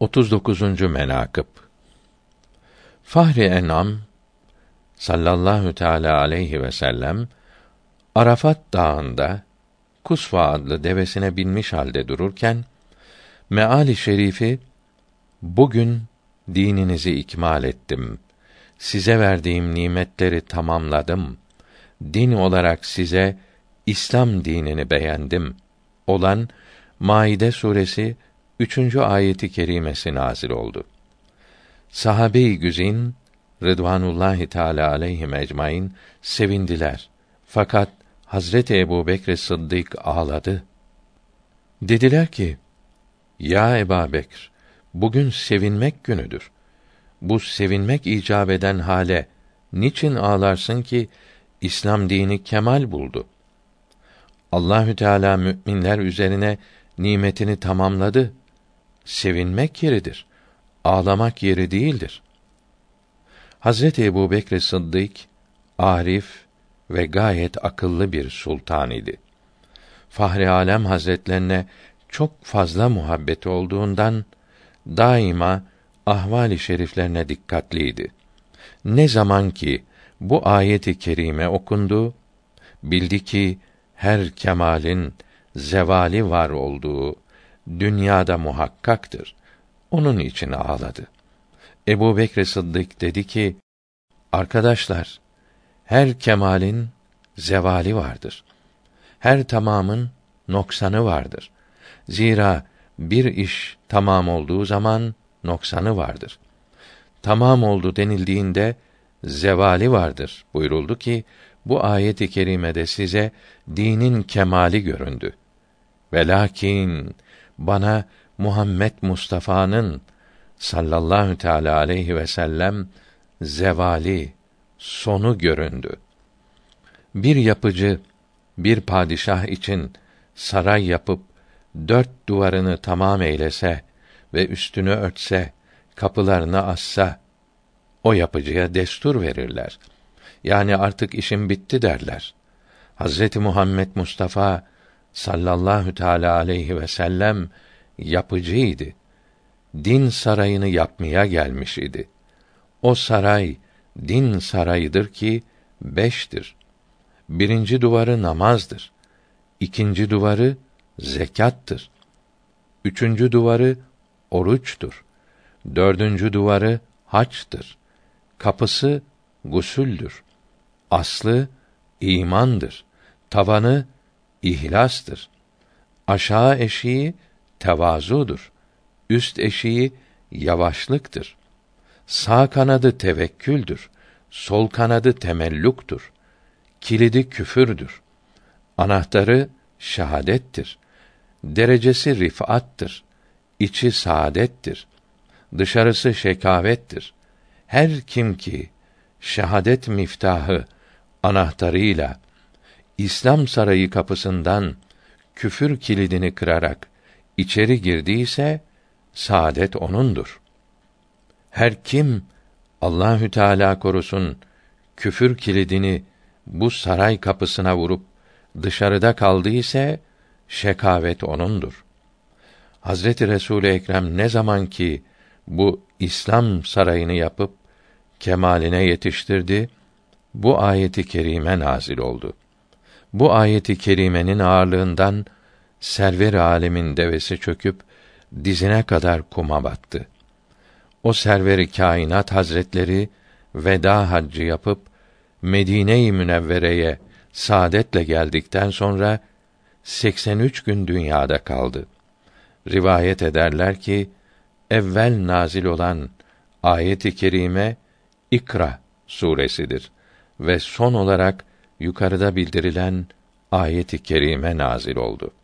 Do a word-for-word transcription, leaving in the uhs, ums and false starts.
otuz dokuzuncu menakıb Fahri En'am sallallahu teâlâ aleyhi ve sellem Arafat dağında Kusva adlı devesine binmiş halde dururken meali şerifi bugün dininizi ikmal ettim. Size verdiğim nimetleri tamamladım. Din olarak size İslam dinini beğendim olan Maide suresi üçüncü ayeti kerimesi nazil oldu. Sahabe-i güzin Rıdvanullahi Teâlâ aleyhim ecmaîn sevindiler. Fakat Hazreti Ebubekr Sıddık ağladı. Dediler ki: Ya Ebâbekr, bugün sevinmek günüdür. Bu sevinmek icap eden hale niçin ağlarsın ki İslam dini kemal buldu? Allahü Teala müminler üzerine nimetini tamamladı. Sevinmek yeridir. Ağlamak yeri değildir. Hazreti Ebubekr Sıddık arif ve gayet akıllı bir sultan idi. Fahri Alem Hazretlerine çok fazla muhabbeti olduğundan daima ahval-i şeriflerine dikkatliydi. Ne zaman ki bu ayet-i kerime okundu, bildi ki her kemalin zevali var olduğu dünyada muhakkaktır. Onun için ağladı. Ebubekr Sıddık dedi ki: Arkadaşlar, her kemalin zevali vardır. Her tamamın noksanı vardır. Zira bir iş tamam olduğu zaman noksanı vardır. Tamam oldu denildiğinde zevali vardır buyuruldu ki bu ayet-i kerimede size dinin kemali göründü. Velakin bana Muhammed Mustafa'nın sallallahu teâlâ aleyhi ve sellem zevali, sonu göründü. Bir yapıcı bir padişah için saray yapıp dört duvarını tamam eylese ve üstünü örtse, kapılarını assa, o yapıcıya destur verirler. Yani artık işim bitti derler. Hazreti Muhammed Mustafa sallallahu teâlâ aleyhi ve sellem yapıcıydı. Din sarayını yapmaya gelmiş idi. O saray din sarayıdır ki beştir. Birinci duvarı namazdır. İkinci duvarı zekattır. Üçüncü duvarı oruçtur. Dördüncü duvarı haçtır. Kapısı gusüldür. Aslı imandır. Tavanı ihlastır. Aşağı eşiği tevazudur. Üst eşiği yavaşlıktır. Sağ kanadı tevekküldür. Sol kanadı temelluktur. Kilidi küfürdür. Anahtarı şahadettir. Derecesi rifattır. İçi saadettir. Dışarısı şekavettir. Her kim ki şehadet miftahı anahtarıyla İslam sarayı kapısından küfür kilidini kırarak içeri girdiyse saadet onundur. Her kim Allahü Teala korusun küfür kilidini bu saray kapısına vurup dışarıda kaldıysa şekavet onundur. Hazreti Resul-i Ekrem ne zaman ki bu İslam sarayını yapıp kemaline yetiştirdi, bu ayeti kerime nazil oldu. Bu ayeti kerimenin ağırlığından server-i âlemin devesi çöküp dizine kadar kuma battı. O server-i kainat hazretleri veda haccı yapıp Medine-i Münevvere'ye saadetle geldikten sonra seksen üç gün dünyada kaldı. Rivayet ederler ki evvel nazil olan ayet-i kerime İkra suresidir ve son olarak yukarıda bildirilen ayet-i kerime nazil oldu.